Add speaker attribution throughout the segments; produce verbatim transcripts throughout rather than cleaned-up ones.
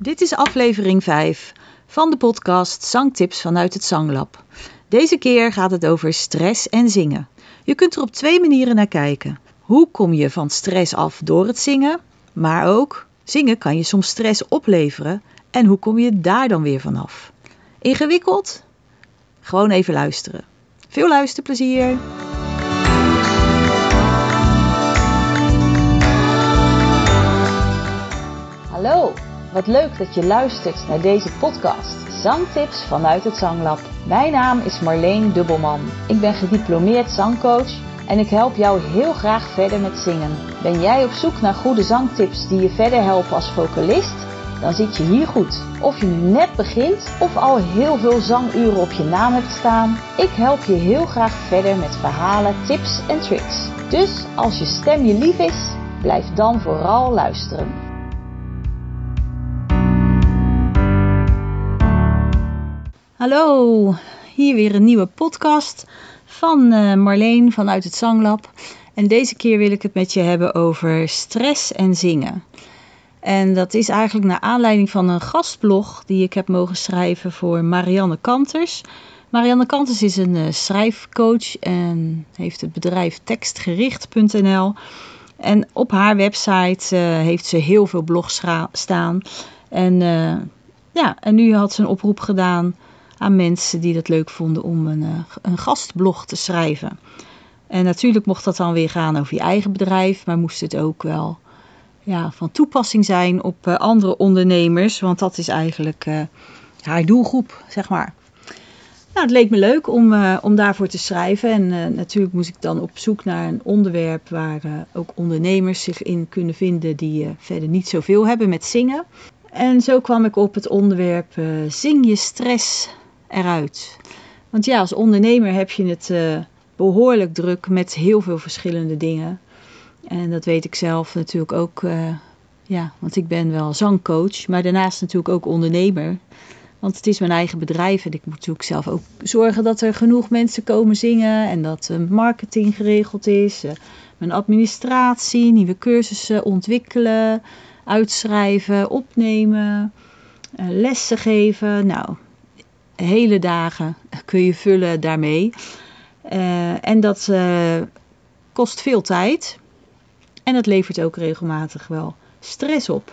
Speaker 1: Dit is aflevering vijf van de podcast Zangtips vanuit het Zanglab. Deze keer gaat het over stress en zingen. Je kunt er op twee manieren naar kijken. Hoe kom je van stress af door het zingen? Maar ook, zingen kan je soms stress opleveren. En hoe kom je daar dan weer vanaf? Ingewikkeld? Gewoon even luisteren. Veel luisterplezier!
Speaker 2: Hallo, wat leuk dat je luistert naar deze podcast Zangtips vanuit het Zanglab. Mijn naam is Marleen Dubbelman. Ik ben gediplomeerd zangcoach en ik help jou heel graag verder met zingen. Ben jij op zoek naar goede zangtips die je verder helpen als vocalist? Dan zit je hier goed. Of je nu net begint of al heel veel zanguren op je naam hebt staan. Ik help je heel graag verder met verhalen, tips en tricks. Dus als je stem je lief is, blijf dan vooral luisteren.
Speaker 1: Hallo, hier weer een nieuwe podcast van uh, Marleen vanuit het Zanglab. En deze keer wil ik het met je hebben over stress en zingen. En dat is eigenlijk naar aanleiding van een gastblog die ik heb mogen schrijven voor Marianne Kanters. Marianne Kanters is een uh, schrijfcoach en heeft het bedrijf tekstgericht punt n l. En op haar website uh, heeft ze heel veel blogs scha- staan. En, uh, ja, en nu had ze een oproep gedaan aan mensen die dat leuk vonden om een, uh, een gastblog te schrijven. En natuurlijk mocht dat dan weer gaan over je eigen bedrijf, maar moest het ook wel ja, van toepassing zijn op uh, andere ondernemers, want dat is eigenlijk uh, haar doelgroep, zeg maar. Nou, het leek me leuk om, uh, om daarvoor te schrijven en uh, natuurlijk moest ik dan op zoek naar een onderwerp waar uh, ook ondernemers zich in kunnen vinden die uh, verder niet zoveel hebben met zingen. En zo kwam ik op het onderwerp uh, zing je stress eruit. Want ja, als ondernemer heb je het uh, behoorlijk druk met heel veel verschillende dingen. En dat weet ik zelf natuurlijk ook, uh, ja, want ik ben wel zangcoach, maar daarnaast natuurlijk ook ondernemer. Want het is mijn eigen bedrijf en ik moet natuurlijk zelf ook zorgen dat er genoeg mensen komen zingen en dat uh, marketing geregeld is, uh, mijn administratie, nieuwe cursussen ontwikkelen, uitschrijven, opnemen, uh, lessen geven. Nou, hele dagen kun je vullen daarmee. Uh, en dat uh, kost veel tijd. En dat levert ook regelmatig wel stress op.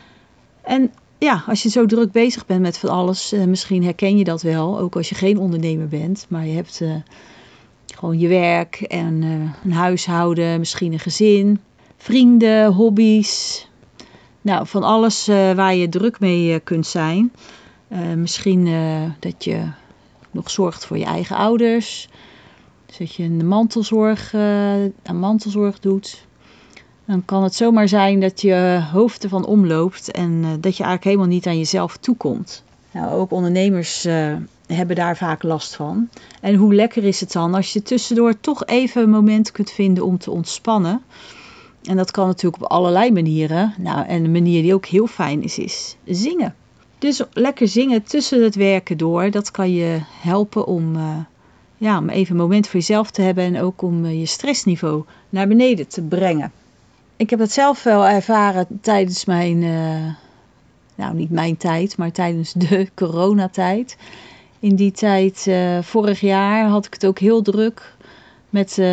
Speaker 1: En ja, als je zo druk bezig bent met van alles, uh, misschien herken je dat wel, ook als je geen ondernemer bent. Maar je hebt uh, gewoon je werk en uh, een huishouden, misschien een gezin, vrienden, hobby's. Nou, van alles uh, waar je druk mee uh, kunt zijn. Uh, misschien uh, dat je nog zorgt voor je eigen ouders. Dus dat je een mantelzorg, uh, aan mantelzorg doet. Dan kan het zomaar zijn dat je hoofd ervan omloopt en uh, dat je eigenlijk helemaal niet aan jezelf toekomt. Nou, ook ondernemers uh, hebben daar vaak last van. En hoe lekker is het dan als je tussendoor toch even een moment kunt vinden om te ontspannen. En dat kan natuurlijk op allerlei manieren. Nou, en een manier die ook heel fijn is, is zingen. Dus lekker zingen tussen het werken door, dat kan je helpen om, uh, ja, om even een moment voor jezelf te hebben en ook om uh, je stressniveau naar beneden te brengen. Ik heb het zelf wel ervaren tijdens mijn, uh, nou niet mijn tijd, maar tijdens de coronatijd. In die tijd, uh, vorig jaar, had ik het ook heel druk met uh,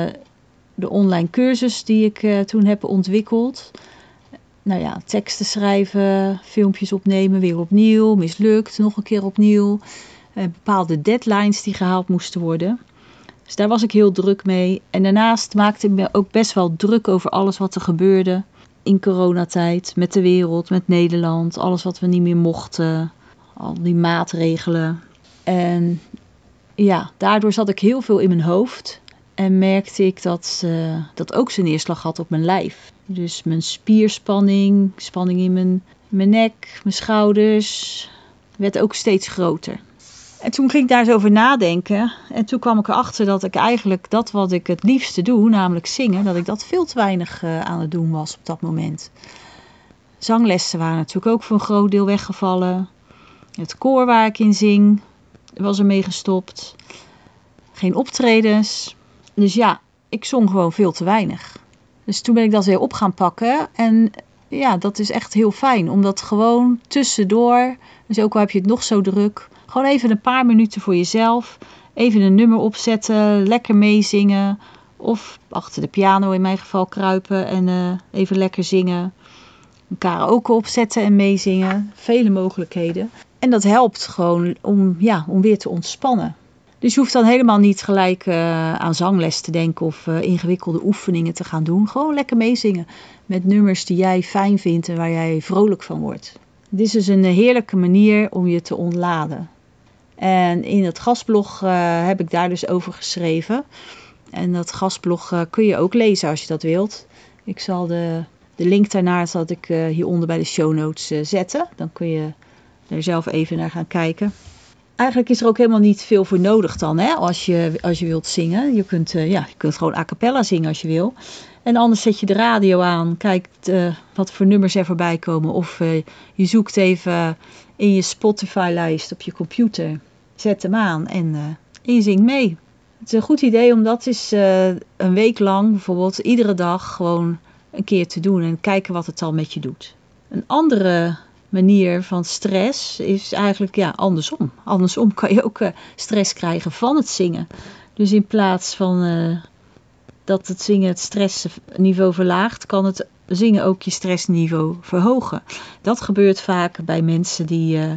Speaker 1: de online cursus die ik uh, toen heb ontwikkeld. Nou ja, teksten schrijven, filmpjes opnemen, weer opnieuw, mislukt, nog een keer opnieuw. Uh, bepaalde deadlines die gehaald moesten worden. Dus daar was ik heel druk mee. En daarnaast maakte ik me ook best wel druk over alles wat er gebeurde in coronatijd. Met de wereld, met Nederland, alles wat we niet meer mochten. Al die maatregelen. En ja, daardoor zat ik heel veel in mijn hoofd. En merkte ik dat uh, dat ook zijn neerslag had op mijn lijf. Dus mijn spierspanning, spanning in mijn, mijn nek, mijn schouders, werd ook steeds groter. En toen ging ik daar eens over nadenken. En toen kwam ik erachter dat ik eigenlijk dat wat ik het liefste doe, namelijk zingen, dat ik dat veel te weinig uh, aan het doen was op dat moment. Zanglessen waren natuurlijk ook voor een groot deel weggevallen. Het koor waar ik in zing was ermee gestopt. Geen optredens. Dus ja, ik zong gewoon veel te weinig. Dus toen ben ik dat weer op gaan pakken. En ja, dat is echt heel fijn. Omdat gewoon tussendoor, dus ook al heb je het nog zo druk, gewoon even een paar minuten voor jezelf. Even een nummer opzetten, lekker meezingen. Of achter de piano in mijn geval kruipen en uh, even lekker zingen. Een karaoke opzetten en meezingen. Vele mogelijkheden. En dat helpt gewoon om, ja, om weer te ontspannen. Dus je hoeft dan helemaal niet gelijk uh, aan zangles te denken of uh, ingewikkelde oefeningen te gaan doen. Gewoon lekker meezingen met nummers die jij fijn vindt en waar jij vrolijk van wordt. Dit is dus een heerlijke manier om je te ontladen. En in het gastblog uh, heb ik daar dus over geschreven. En dat gastblog uh, kun je ook lezen als je dat wilt. Ik zal de, de link daarnaar zal ik uh, hieronder bij de show notes uh, zetten. Dan kun je er zelf even naar gaan kijken. Eigenlijk is er ook helemaal niet veel voor nodig dan, hè, als je, als je wilt zingen. Je kunt, uh, ja, je kunt gewoon a cappella zingen als je wil. En anders zet je de radio aan, kijkt uh, wat voor nummers er voorbij komen. Of uh, je zoekt even in je Spotify-lijst op je computer. Zet hem aan en, uh, en je zingt mee. Het is een goed idee om dat eens uh, een week lang, bijvoorbeeld iedere dag, gewoon een keer te doen. En kijken wat het dan met je doet. Een andere manier van stress is eigenlijk ja, andersom. Andersom kan je ook uh, stress krijgen van het zingen. Dus in plaats van uh, dat het zingen het stressniveau verlaagt, kan het zingen ook je stressniveau verhogen. Dat gebeurt vaak bij mensen die, uh,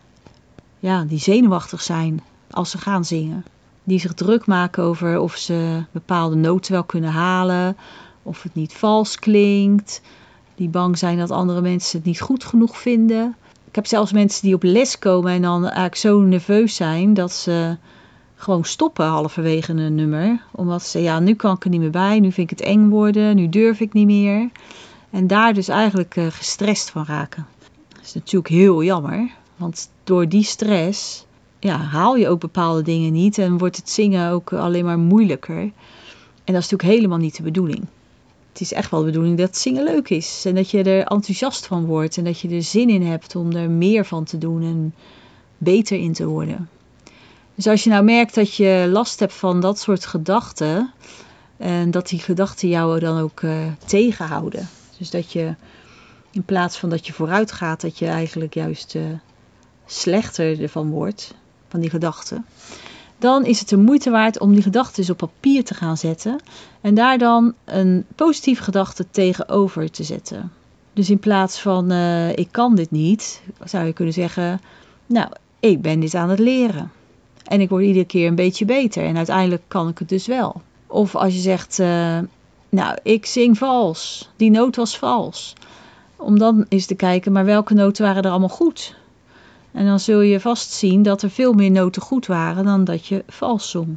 Speaker 1: ja, die zenuwachtig zijn als ze gaan zingen. Die zich druk maken over of ze bepaalde noten wel kunnen halen, of het niet vals klinkt. Die bang zijn dat andere mensen het niet goed genoeg vinden. Ik heb zelfs mensen die op les komen en dan eigenlijk zo nerveus zijn dat ze gewoon stoppen halverwege een nummer. Omdat ze, ja, nu kan ik er niet meer bij, nu vind ik het eng worden, nu durf ik niet meer. En daar dus eigenlijk uh, gestrest van raken. Dat is natuurlijk heel jammer, want door die stress ja, haal je ook bepaalde dingen niet en wordt het zingen ook alleen maar moeilijker. En dat is natuurlijk helemaal niet de bedoeling. Het is echt wel de bedoeling dat zingen leuk is. En dat je er enthousiast van wordt. En dat je er zin in hebt om er meer van te doen. En beter in te worden. Dus als je nou merkt dat je last hebt van dat soort gedachten. En dat die gedachten jou dan ook uh, tegenhouden. Dus dat je in plaats van dat je vooruit gaat. Dat je eigenlijk juist uh, slechter ervan wordt. Van die gedachten. Dan is het de moeite waard om die gedachten dus op papier te gaan zetten. En daar dan een positieve gedachte tegenover te zetten. Dus in plaats van uh, ik kan dit niet, zou je kunnen zeggen, nou, ik ben dit aan het leren. En ik word iedere keer een beetje beter. En uiteindelijk kan ik het dus wel. Of als je zegt, uh, nou, ik zing vals. Die noot was vals. Om dan eens te kijken, maar welke noten waren er allemaal goed? En dan zul je vast zien dat er veel meer noten goed waren dan dat je vals zong.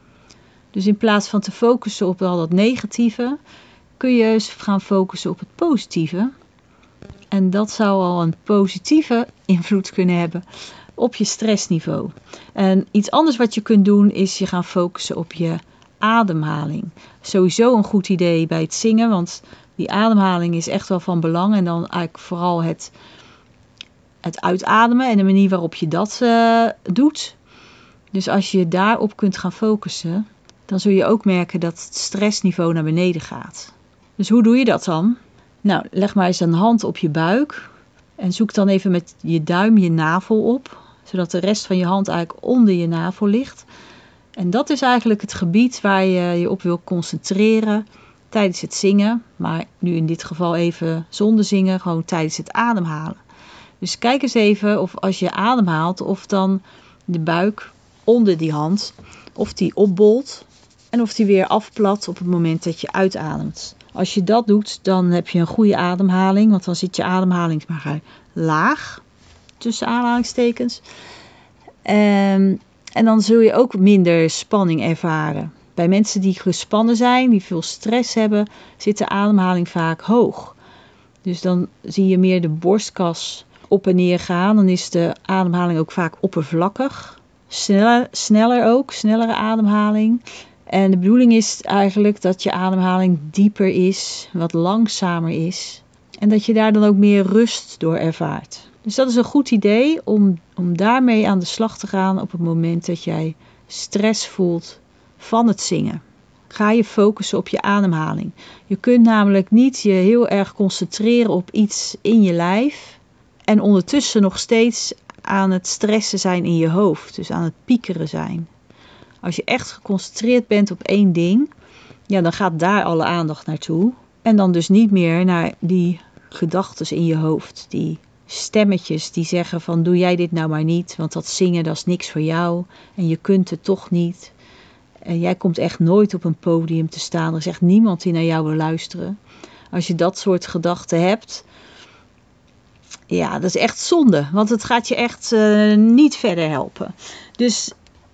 Speaker 1: Dus in plaats van te focussen op al dat negatieve, kun je eens gaan focussen op het positieve. En dat zou al een positieve invloed kunnen hebben op je stressniveau. En iets anders wat je kunt doen is je gaan focussen op je ademhaling. Sowieso een goed idee bij het zingen, want die ademhaling is echt wel van belang. En dan eigenlijk vooral het... Het uitademen en de manier waarop je dat uh, doet. Dus als je daarop kunt gaan focussen, dan zul je ook merken dat het stressniveau naar beneden gaat. Dus hoe doe je dat dan? Nou, leg maar eens een hand op je buik. En zoek dan even met je duim je navel op. Zodat de rest van je hand eigenlijk onder je navel ligt. En dat is eigenlijk het gebied waar je je op wil concentreren tijdens het zingen. Maar nu in dit geval even zonder zingen, gewoon tijdens het ademhalen. Dus kijk eens even of als je ademhaalt, of dan de buik onder die hand, of die opbolt en of die weer afplat op het moment dat je uitademt. Als je dat doet, dan heb je een goede ademhaling, want dan zit je ademhaling maar laag, tussen aanhalingstekens. En, en dan zul je ook minder spanning ervaren. Bij mensen die gespannen zijn, die veel stress hebben, zit de ademhaling vaak hoog. Dus dan zie je meer de borstkas op en neer gaan. Dan is de ademhaling ook vaak oppervlakkig. Sneller, sneller ook, snellere ademhaling. En de bedoeling is eigenlijk dat je ademhaling dieper is, wat langzamer is. En dat je daar dan ook meer rust door ervaart. Dus dat is een goed idee om, om daarmee aan de slag te gaan op het moment dat jij stress voelt van het zingen. ga je focussen op je ademhaling. Je kunt namelijk niet je heel erg concentreren op iets in je lijf en ondertussen nog steeds aan het stressen zijn in je hoofd. Dus aan het piekeren zijn. Als je echt geconcentreerd bent op één ding, ja, dan gaat daar alle aandacht naartoe. En dan dus niet meer naar die gedachten in je hoofd. Die stemmetjes die zeggen van doe jij dit nou maar niet, want dat zingen dat is niks voor jou en je kunt het toch niet. En jij komt echt nooit op een podium te staan. Er is echt niemand die naar jou wil luisteren. Als je dat soort gedachten hebt, ja, dat is echt zonde. Want het gaat je echt uh, niet verder helpen. Dus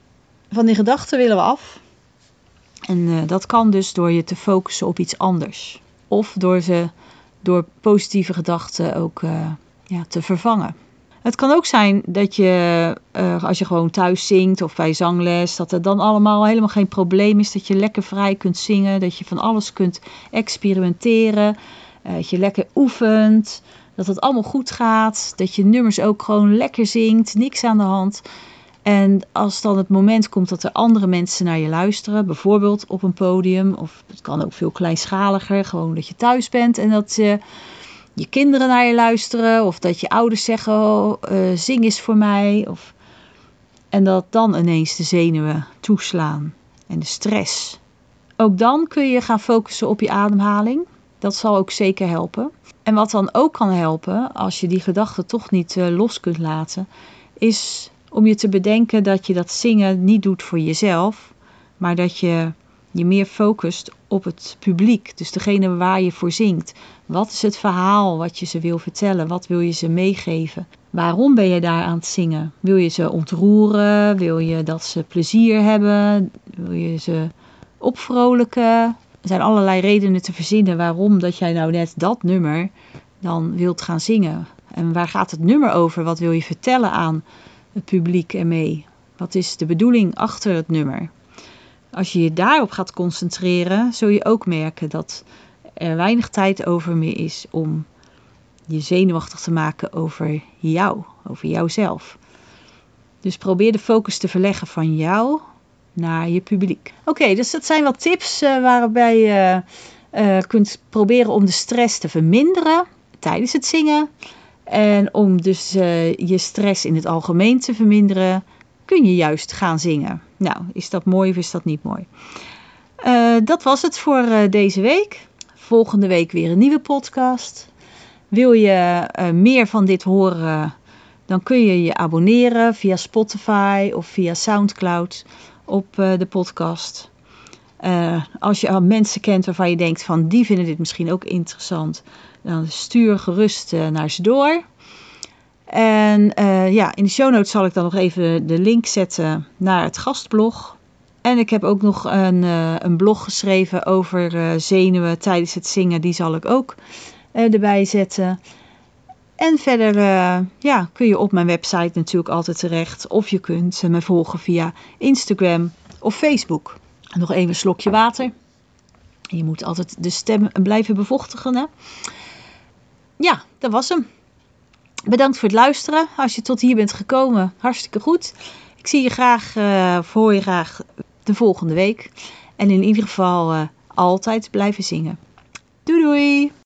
Speaker 1: van die gedachten willen we af. En uh, dat kan dus door je te focussen op iets anders. Of door ze door positieve gedachten ook uh, ja, te vervangen. Het kan ook zijn dat je, uh, als je gewoon thuis zingt of bij zangles, dat het dan allemaal helemaal geen probleem is. Dat je lekker vrij kunt zingen, dat je van alles kunt experimenteren. Uh, dat je lekker oefent, dat het allemaal goed gaat. Dat je nummers ook gewoon lekker zingt, niks aan de hand. En als dan het moment komt dat er andere mensen naar je luisteren, bijvoorbeeld op een podium, of het kan ook veel kleinschaliger, gewoon dat je thuis bent en dat je... je kinderen naar je luisteren of dat je ouders zeggen, oh, uh, zing eens voor mij. Of... En dat dan ineens de zenuwen toeslaan en de stress. Ook dan kun je gaan focussen op je ademhaling. Dat zal ook zeker helpen. En wat dan ook kan helpen, als je die gedachten toch niet uh, los kunt laten, is om je te bedenken dat je dat zingen niet doet voor jezelf, maar dat je je meer focust op het publiek. Dus degene waar je voor zingt. Wat is het verhaal wat je ze wil vertellen? Wat wil je ze meegeven? Waarom ben je daar aan het zingen? Wil je ze ontroeren? Wil je dat ze plezier hebben? Wil je ze opvrolijken? Er zijn allerlei redenen te verzinnen waarom dat jij nou net dat nummer dan wilt gaan zingen. En waar gaat het nummer over? Wat wil je vertellen aan het publiek ermee? Wat is de bedoeling achter het nummer? Als je je daarop gaat concentreren, zul je ook merken dat er weinig tijd over meer is om je zenuwachtig te maken over jou, over jouzelf. Dus probeer de focus te verleggen van jou naar je publiek. Oké, okay, dus dat zijn wat tips uh, waarbij je uh, kunt proberen om de stress te verminderen tijdens het zingen. En om dus uh, je stress in het algemeen te verminderen, kun je juist gaan zingen. Nou, is dat mooi of is dat niet mooi? Uh, dat was het voor uh, deze week. Volgende week weer een nieuwe podcast. Wil je uh, meer van dit horen, dan kun je je abonneren via Spotify of via Soundcloud op uh, de podcast. Uh, als je al mensen kent waarvan je denkt van die vinden dit misschien ook interessant, dan stuur gerust uh, naar ze door. En uh, ja, in de show notes zal ik dan nog even de link zetten naar het gastblog. En ik heb ook nog een, uh, een blog geschreven over uh, zenuwen tijdens het zingen. Die zal ik ook uh, erbij zetten. En verder uh, ja, kun je op mijn website natuurlijk altijd terecht. Of je kunt uh, me volgen via Instagram of Facebook. En nog even een slokje water. Je moet altijd de stem blijven bevochtigen, hè? Ja, dat was hem. Bedankt voor het luisteren. Als je tot hier bent gekomen, hartstikke goed. Ik zie je graag, uh, of hoor je graag de volgende week. En in ieder geval uh, altijd blijven zingen. Doei doei!